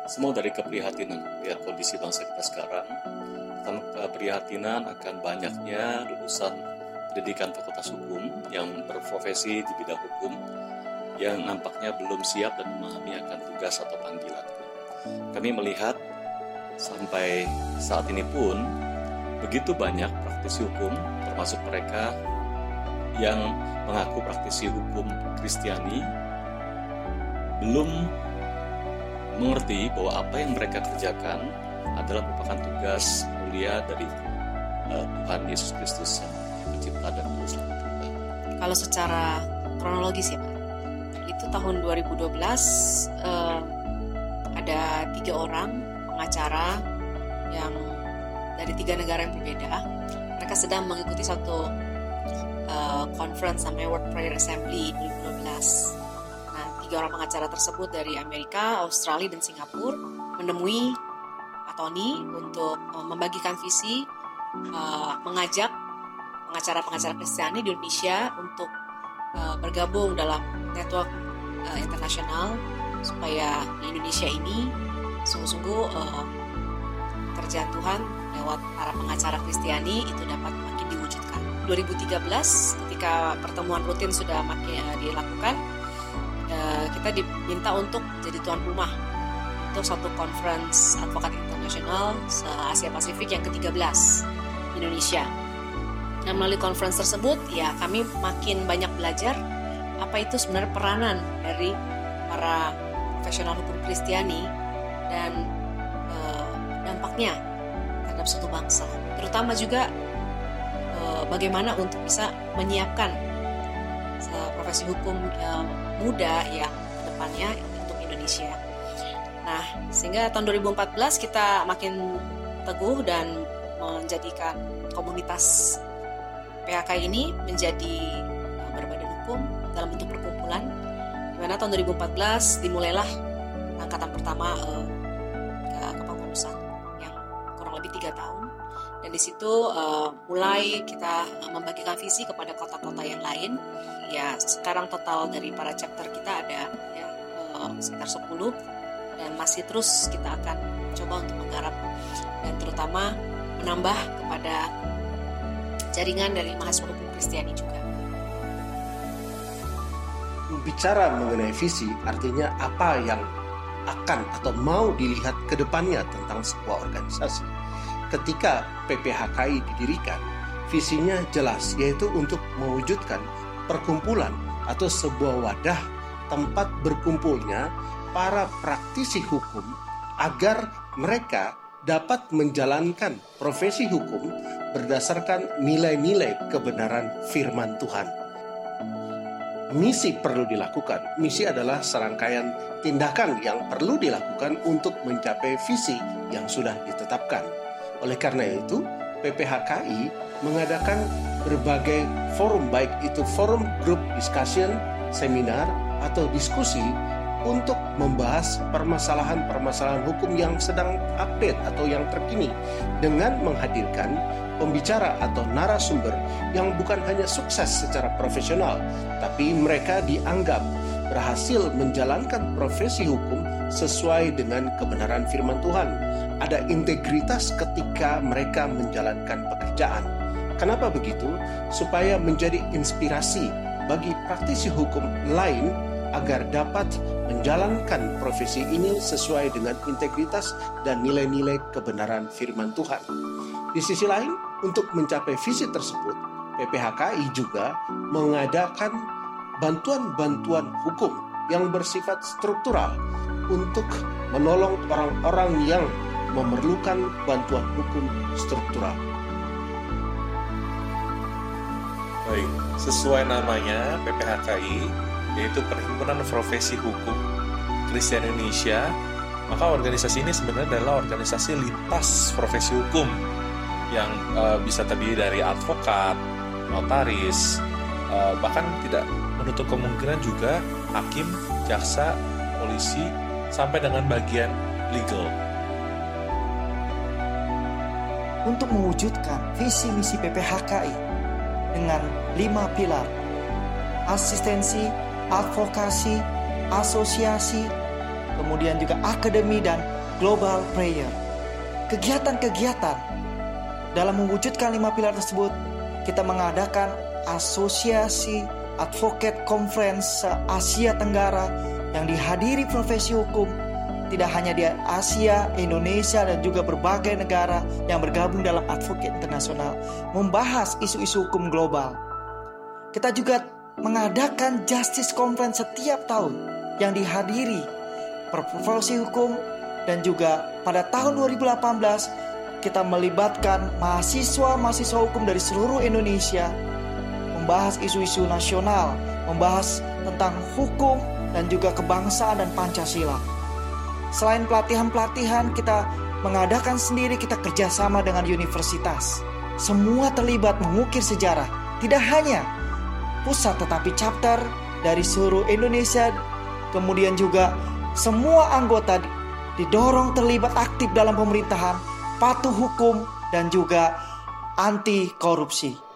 Semua dari keprihatinan melihat kondisi bangsa kita sekarang, keprihatinan akan banyaknya lulusan pendidikan fakultas hukum yang berprofesi di bidang hukum yang nampaknya belum siap dan memahami akan tugas atau panggilan. Kami melihat sampai saat ini pun begitu banyak praktisi hukum, termasuk mereka yang mengaku praktisi hukum Kristiani, belum mengerti bahwa apa yang mereka kerjakan adalah merupakan tugas mulia dari Tuhan Yesus Kristus yang pencipta dan juru selamat kita. Kalau secara kronologis ya Pak, itu tahun 2012 ada 3 orang pengacara yang dari 3 negara yang berbeda. Mereka sedang mengikuti satu conference namanya World Prayer Assembly 2012. Nah, 3 orang pengacara tersebut dari Amerika, Australia, dan Singapura menemui Pak Tony untuk membagikan visi, mengajak pengacara-pengacara Kristiani di Indonesia untuk bergabung dalam network internasional supaya di Indonesia ini sungguh-sungguh kerjaan Tuhan lewat para pengacara Kristiani itu dapat makin diwujudkan. 2013 ketika pertemuan rutin sudah makin dilakukan, kita diminta untuk jadi tuan rumah untuk satu conference advokat internasional se-Asia Pasifik yang ke-13 di Indonesia. Nah, melalui conference tersebut ya kami makin banyak belajar apa itu sebenarnya peranan dari para profesional hukum Kristiani dan dampaknya terhadap suatu bangsa, terutama juga bagaimana untuk bisa menyiapkan profesi hukum muda yang kedepannya untuk Indonesia. Nah, sehingga tahun 2014 kita makin teguh dan menjadikan komunitas PHK ini menjadi berbadan hukum dalam bentuk perkumpulan, di mana tahun 2014 dimulailah angkatan pertama kepengurusan yang kurang lebih 3 tahun, dan di situ mulai kita membagikan visi kepada kota-kota yang lain. Ya, sekarang total dari para chapter kita ada ya, sekitar 10, dan masih terus kita akan coba untuk menggarap dan terutama menambah kepada jaringan dari mahasiswa hukum Kristiani juga. Bicara mengenai visi, artinya apa yang akan atau mau dilihat ke depannya tentang sebuah organisasi. Ketika PPHKI didirikan, visinya jelas, yaitu untuk mewujudkan perkumpulan atau sebuah wadah tempat berkumpulnya para praktisi hukum agar mereka dapat menjalankan profesi hukum berdasarkan nilai-nilai kebenaran firman Tuhan. Misi perlu dilakukan. Misi adalah serangkaian tindakan yang perlu dilakukan untuk mencapai visi yang sudah ditetapkan. Oleh karena itu, PPHKI mengadakan berbagai forum, baik itu forum group discussion, seminar, atau diskusi untuk membahas permasalahan-permasalahan hukum yang sedang update atau yang terkini dengan menghadirkan pembicara atau narasumber yang bukan hanya sukses secara profesional, tapi mereka dianggap berhasil menjalankan profesi hukum sesuai dengan kebenaran firman Tuhan. Ada integritas ketika mereka menjalankan pekerjaan. Kenapa begitu? Supaya menjadi inspirasi bagi praktisi hukum lain agar dapat menjalankan profesi ini sesuai dengan integritas dan nilai-nilai kebenaran firman Tuhan. Di sisi lain, untuk mencapai visi tersebut, PPHKI juga mengadakan bantuan-bantuan hukum yang bersifat struktural untuk menolong orang-orang yang memerlukan bantuan hukum struktural. Baik, sesuai namanya PPHKI, yaitu Perhimpunan Profesi Hukum Kristiani Indonesia, maka organisasi ini sebenarnya adalah organisasi lintas profesi hukum yang bisa terdiri dari advokat, notaris, bahkan tidak menutup kemungkinan juga hakim, jaksa, polisi, sampai dengan bagian legal. Untuk mewujudkan visi misi PPHKI dengan 5 pilar: asistensi, advokasi, asosiasi, kemudian juga akademi dan global prayer. Kegiatan-kegiatan dalam mewujudkan 5 pilar tersebut, kita mengadakan Asosiasi Advocate Conference Asia Tenggara yang dihadiri profesi hukum tidak hanya di Asia, Indonesia, dan juga berbagai negara yang bergabung dalam Advocate Internasional, membahas isu-isu hukum global. Kita juga mengadakan Justice Conference setiap tahun yang dihadiri profesi hukum, dan juga pada tahun 2018 kita melibatkan mahasiswa hukum dari seluruh Indonesia membahas isu-isu nasional, membahas tentang hukum dan juga kebangsaan dan Pancasila. Selain pelatihan-pelatihan, kita mengadakan sendiri, kita kerjasama dengan universitas. Semua terlibat mengukir sejarah. Tidak hanya pusat tetapi chapter dari seluruh Indonesia. Kemudian juga semua anggota didorong terlibat aktif dalam pemerintahan, patuh hukum, dan juga anti korupsi.